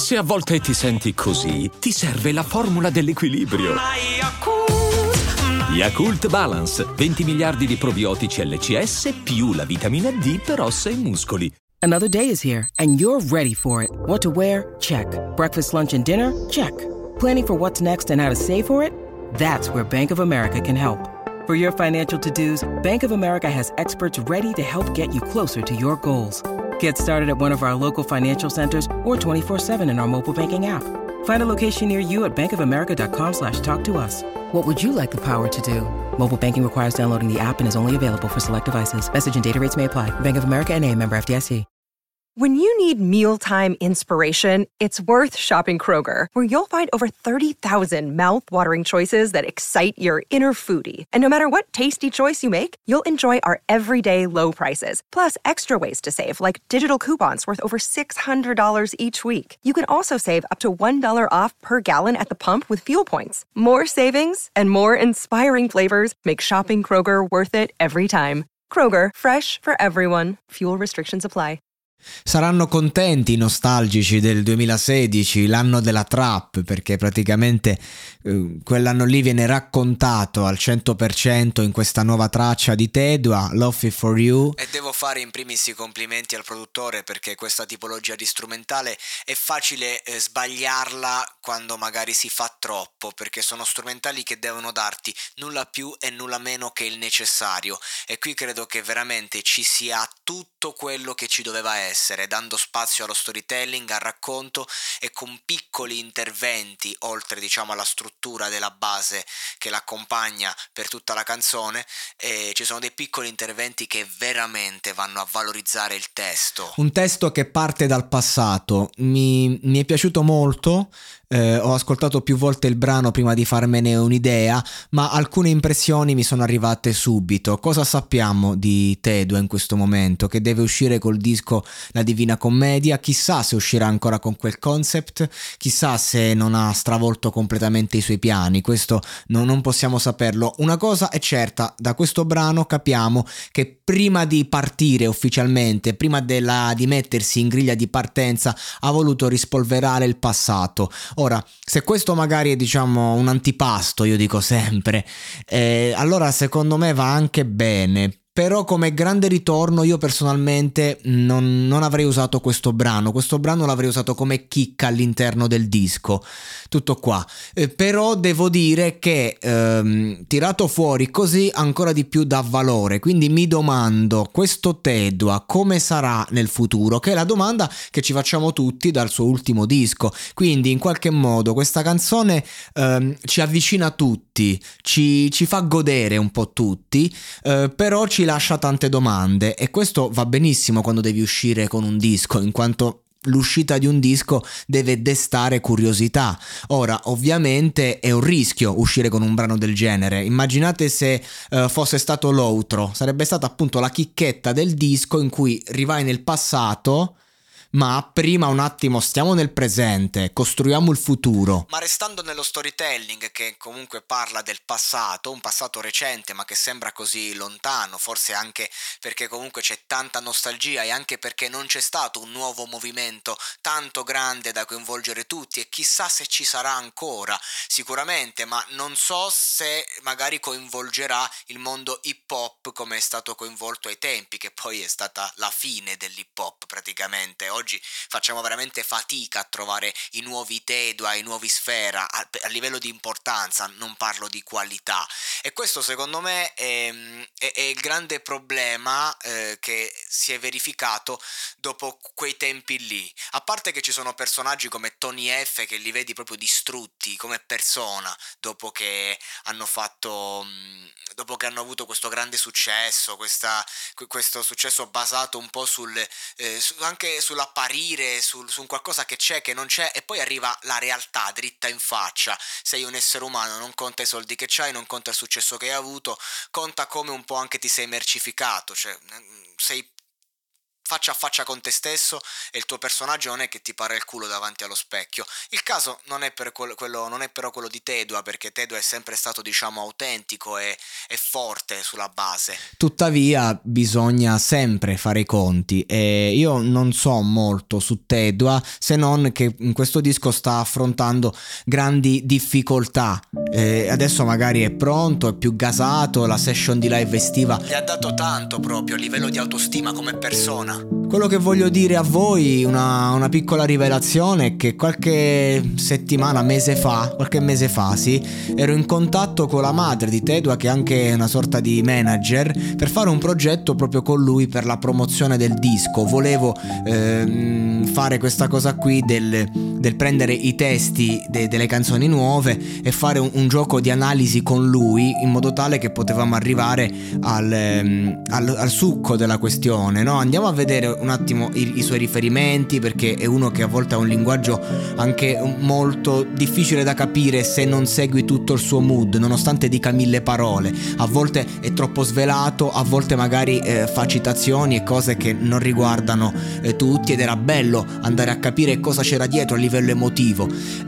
Se a volte ti senti così, ti serve la formula dell'equilibrio. Yakult Balance, 20 miliardi di probiotici LCS più la vitamina D per ossa e muscoli. Another day is here, and you're ready for it. What to wear? Check. Breakfast, lunch, and dinner? Check. Planning for what's next and how to save for it? That's where Bank of America can help. For your financial to-dos, Bank of America has experts ready to help get you closer to your goals. Get started at one of our local financial centers or 24/7 in our mobile banking app. Find a location near you at bankofamerica.com/talktous. What would you like the power to do? Mobile banking requires downloading the app and is only available for select devices. Message and data rates may apply. Bank of America N.A., member FDIC. When you need mealtime inspiration, it's worth shopping Kroger, where you'll find over 30,000 mouth-watering choices that excite your inner foodie. And no matter what tasty choice you make, you'll enjoy our everyday low prices, plus extra ways to save, like digital coupons worth over $600 each week. You can also save up to $1 off per gallon at the pump with fuel points. More savings and more inspiring flavors make shopping Kroger worth it every time. Kroger, fresh for everyone. Fuel restrictions apply. Saranno contenti i nostalgici del 2016, l'anno della trap, perché praticamente quell'anno lì viene raccontato al 100% in questa nuova traccia di Tedua, Love It For You. E devo fare in primis i complimenti al produttore, perché questa tipologia di strumentale è facile sbagliarla quando magari si fa troppo, perché sono strumentali che devono darti nulla più e nulla meno che il necessario, e qui credo che veramente ci sia tutto quello che ci doveva essere, dando spazio allo storytelling, al racconto, e con piccoli interventi, oltre diciamo alla struttura della base che l'accompagna per tutta la canzone, ci sono dei piccoli interventi che veramente vanno a valorizzare il testo. Un testo che parte dal passato, mi è piaciuto molto. Ho ascoltato più volte il brano prima di farmene un'idea, ma alcune impressioni mi sono arrivate subito. Cosa sappiamo di Tedua in questo momento? Che deve uscire col disco La Divina Commedia, chissà se uscirà ancora con quel concept, chissà se non ha stravolto completamente i suoi piani, questo non possiamo saperlo. Una cosa è certa, da questo brano capiamo che prima di partire ufficialmente, prima di mettersi in griglia di partenza, ha voluto rispolverare il passato. Ora, se questo magari è diciamo un antipasto, io dico sempre, allora secondo me va anche bene. Però come grande ritorno io personalmente non avrei usato questo brano l'avrei usato come chicca all'interno del disco, tutto qua. Però devo dire che tirato fuori così ancora di più dà valore, quindi mi domando, questo Tedua come sarà nel futuro, che è la domanda che ci facciamo tutti dal suo ultimo disco. Quindi in qualche modo questa canzone ci avvicina tutti, ci fa godere un po' tutti, però ci lascia tante domande, e questo va benissimo quando devi uscire con un disco, in quanto l'uscita di un disco deve destare curiosità. Ora, ovviamente è un rischio uscire con un brano del genere. Immaginate se fosse stato l'outro, sarebbe stata appunto la chicchetta del disco in cui rivai nel passato, ma prima un attimo stiamo nel presente, costruiamo il futuro. Ma restando nello storytelling, che comunque parla del passato, un passato recente ma che sembra così lontano, forse anche perché comunque c'è tanta nostalgia, e anche perché non c'è stato un nuovo movimento tanto grande da coinvolgere tutti, e chissà se ci sarà ancora, sicuramente, ma non so se magari coinvolgerà il mondo hip hop come è stato coinvolto ai tempi, che poi è stata la fine dell'hip hop praticamente. Oggi facciamo veramente fatica a trovare i nuovi Tedua, i nuovi Sfera, a livello di importanza, non parlo di qualità, e questo secondo me è il grande problema che si è verificato dopo quei tempi lì. A parte che ci sono personaggi come Tony F che li vedi proprio distrutti come persona dopo che hanno avuto questo grande successo, questo successo basato un po' anche sull'apparire, su un qualcosa che c'è, che non c'è, e poi arriva la realtà dritta in faccia. Sei un essere umano, non conta i soldi che c'hai, non conta il successo che hai avuto, conta come un po' anche ti sei mercificato, cioè sei faccia a faccia con te stesso e il tuo personaggio non è che ti para il culo davanti allo specchio. Il caso non è non è però quello di Tedua, perché Tedua è sempre stato, diciamo, autentico e forte sulla base. Tuttavia bisogna sempre fare i conti e io non so molto su Tedua, se non che in questo disco sta affrontando grandi difficoltà. Adesso magari è pronto, è più gasato, la session di live estiva Gli ha dato tanto proprio a livello di autostima come persona. Quello che voglio dire a voi, una piccola rivelazione, è che qualche mese fa, sì, ero in contatto con la madre di Tedua, che è anche una sorta di manager, per fare un progetto proprio con lui per la promozione del disco. Volevo fare questa cosa qui del prendere i testi delle canzoni nuove e fare un gioco di analisi con lui, in modo tale che potevamo arrivare al succo della questione, no? Andiamo a vedere un attimo i suoi riferimenti, perché è uno che a volte ha un linguaggio anche molto difficile da capire se non segui tutto il suo mood, nonostante dica 1000 parole. A volte è troppo svelato, a volte magari fa citazioni e cose che non riguardano tutti, ed era bello andare a capire cosa c'era dietro a livello emotivo.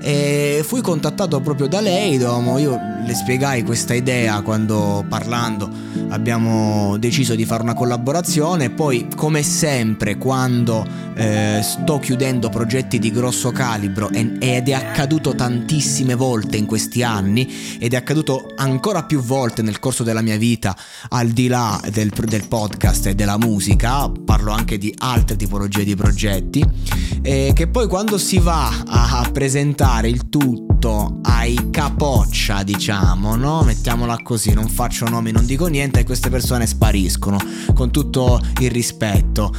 E fui contattato proprio da lei, io le spiegai questa idea quando, parlando, abbiamo deciso di fare una collaborazione. Poi, come sempre, quando sto chiudendo progetti di grosso calibro, ed è accaduto tantissime volte in questi anni, ed è accaduto ancora più volte nel corso della mia vita, al di là del podcast e della musica, parlo anche di altre tipologie di progetti, che poi quando si va a presentare il tutto ai capoccia, diciamo, no? Mettiamola così, non faccio nomi, non dico niente, e queste persone spariscono, con tutto il rispetto,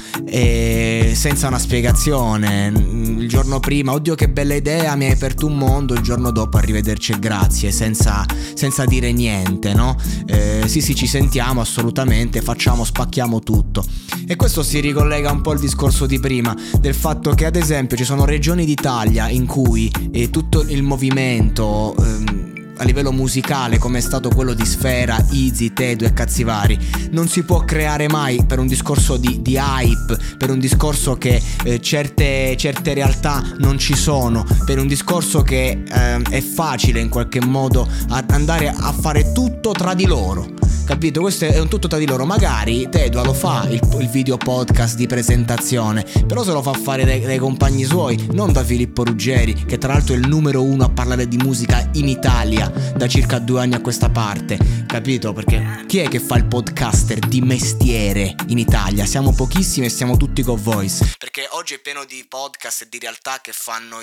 e senza una spiegazione. Il giorno prima, oddio che bella idea, mi hai aperto un mondo, il giorno dopo arrivederci e grazie, senza dire niente, no? Sì, ci sentiamo assolutamente, spacchiamo tutto. E questo si ricollega un po' al discorso di prima, del fatto che ad esempio ci sono regioni d'Italia in cui tutto il movimento a livello musicale, come è stato quello di Sfera, Easy, Tedua e Cazzivari, non si può creare mai per un discorso di hype, per un discorso che certe realtà non ci sono, per un discorso che è facile in qualche modo andare a fare tutto tra di loro. Capito? Questo è un tutto tra di loro. Magari Tedua lo fa il video podcast di presentazione, però se lo fa fare dai compagni suoi, non da Filippo Ruggeri, che tra l'altro è il numero 1 a parlare di musica in Italia da circa 2 anni a questa parte. Capito? Perché chi è che fa il podcaster di mestiere in Italia? Siamo pochissimi e siamo tutti con Voice. Perché oggi è pieno di podcast e di realtà che fanno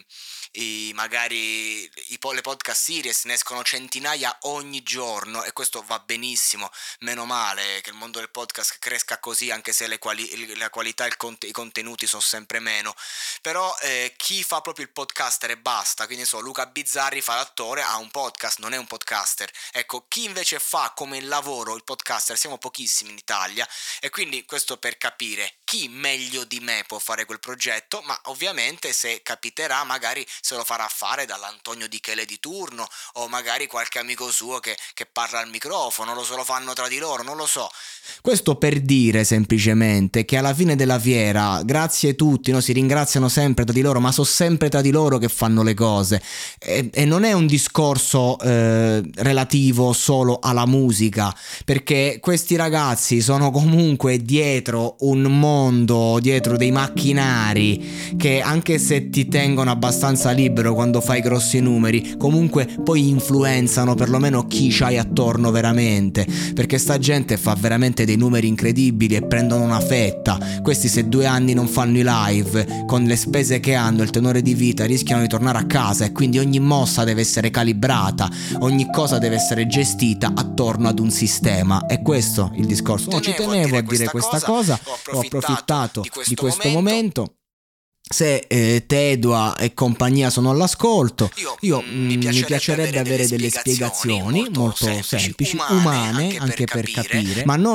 le podcast series, ne escono centinaia ogni giorno, e questo va benissimo, meno male che il mondo del podcast cresca così, anche se la qualità e i contenuti sono sempre meno. Però chi fa proprio il podcaster e basta, quindi Luca Bizzarri fa l'attore, ha un podcast, non è un podcaster. Ecco, chi invece fa come lavoro il podcaster, siamo pochissimi in Italia, e quindi questo per capire chi meglio di me può fare quel progetto, ma ovviamente se capiterà magari se lo farà fare dall'Antonio Di Chele di turno, o magari qualche amico suo che parla al microfono, se lo fanno tra di loro, non lo so. Questo per dire semplicemente che alla fine della fiera, grazie a tutti, no? Si ringraziano sempre tra di loro, ma sono sempre tra di loro che fanno le cose, e non è un discorso relativo solo alla musica, perché questi ragazzi sono comunque dietro un mondo, dietro dei macchinari che, anche se ti tengono abbastanza libero quando fai grossi numeri, comunque poi influenzano perlomeno chi c'hai attorno veramente, perché sta gente fa veramente dei numeri incredibili e prendono una fetta. Questi, se 2 anni non fanno i live, con le spese che hanno, il tenore di vita, rischiano di tornare a casa, e quindi ogni mossa deve essere calibrata, ogni cosa deve essere gestita attorno ad un sistema. E questo il discorso. Ci tenevo a dire questa cosa. Ho approfittato di questo momento. se Tedua e compagnia sono all'ascolto, mi piacerebbe avere delle spiegazioni molto semplici, umane anche per capire, ma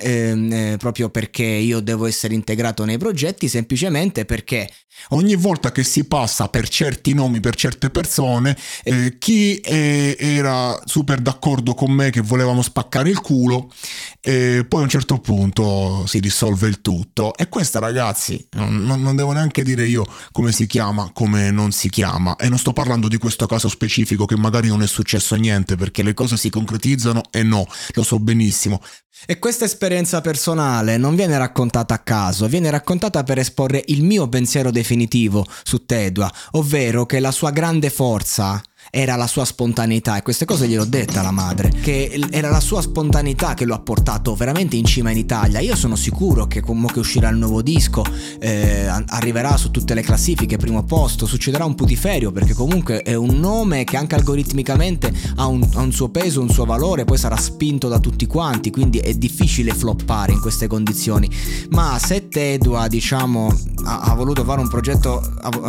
non proprio perché io devo essere integrato nei progetti, semplicemente perché ogni volta che si passa per certi nomi, per certe persone, chi era super d'accordo con me che volevamo spaccare il culo, poi a un certo punto si risolve il tutto. E questa, ragazzi, non devo neanche dire io come si chiama, come non si chiama, e non sto parlando di questo caso specifico che magari non è successo niente, perché le cose si concretizzano e no, lo so benissimo. E questa esperienza personale non viene raccontata a caso, viene raccontata per esporre il mio pensiero definitivo su Tedua, ovvero che la sua grande forza era la sua spontaneità, e queste cose gliel'ho detta alla madre, che era la sua spontaneità che lo ha portato veramente in cima in Italia. Io sono sicuro che che uscirà il nuovo disco, arriverà su tutte le classifiche, primo posto, succederà un putiferio, perché comunque è un nome che anche algoritmicamente ha un suo peso, un suo valore, poi sarà spinto da tutti quanti, quindi è difficile floppare in queste condizioni. Ma se Tedua, diciamo, ha voluto fare un progetto,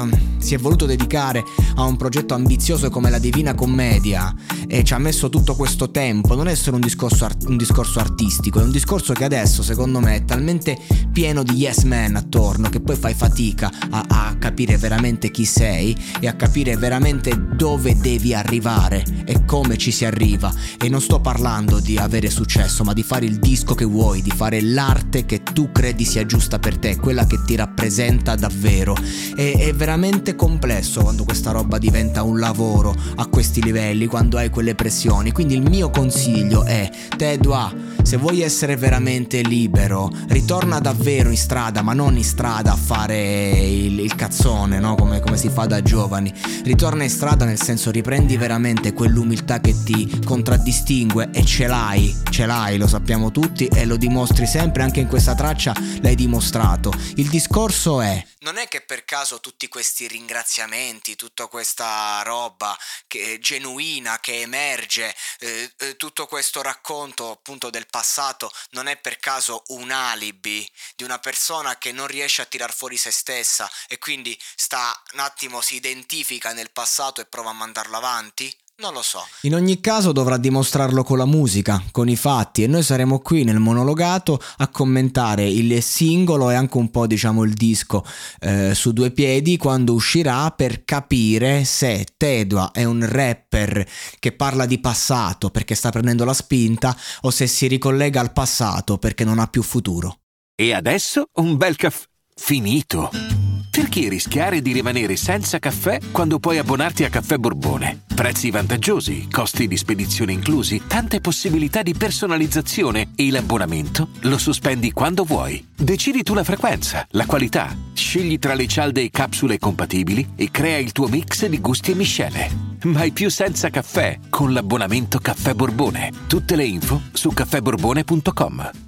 si è voluto dedicare a un progetto ambizioso come la Divina Commedia e ci ha messo tutto questo tempo, non è solo un discorso artistico, è un discorso che adesso secondo me è talmente pieno di yes man attorno che poi fai fatica a capire veramente chi sei e a capire veramente dove devi arrivare e come ci si arriva. E non sto parlando di avere successo, ma di fare il disco che vuoi, di fare l'arte che tu credi sia giusta per te, quella che ti rappresenta davvero. È veramente complesso quando questa roba diventa un lavoro a questi livelli, quando hai quelle pressioni. Quindi il mio consiglio è: Tedua, se vuoi essere veramente libero, ritorna davvero in strada, ma non in strada a fare il cazzone, no? Come si fa da giovani. Ritorna in strada nel senso, riprendi veramente quell'umiltà che ti contraddistingue, e ce l'hai, lo sappiamo tutti e lo dimostri sempre, anche in questa traccia l'hai dimostrato. Il discorso è: non è che per caso tutti questi ringraziamenti, tutta questa roba che genuina che emerge, tutto questo racconto appunto del passato, non è per caso un alibi di una persona che non riesce a tirar fuori se stessa e quindi sta un attimo, si identifica nel passato e prova a mandarlo avanti? Non lo so. In ogni caso dovrà dimostrarlo con la musica, con i fatti, e noi saremo qui nel monologato a commentare il singolo e anche un po', diciamo, il disco su due piedi quando uscirà, per capire se Tedua è un rapper che parla di passato perché sta prendendo la spinta o se si ricollega al passato perché non ha più futuro. E adesso un bel caffè finito. Perché rischiare di rimanere senza caffè quando puoi abbonarti a Caffè Borbone? Prezzi vantaggiosi, costi di spedizione inclusi, tante possibilità di personalizzazione e l'abbonamento lo sospendi quando vuoi. Decidi tu la frequenza, la qualità, scegli tra le cialde e capsule compatibili e crea il tuo mix di gusti e miscele. Mai più senza caffè con l'abbonamento Caffè Borbone. Tutte le info su caffèborbone.com.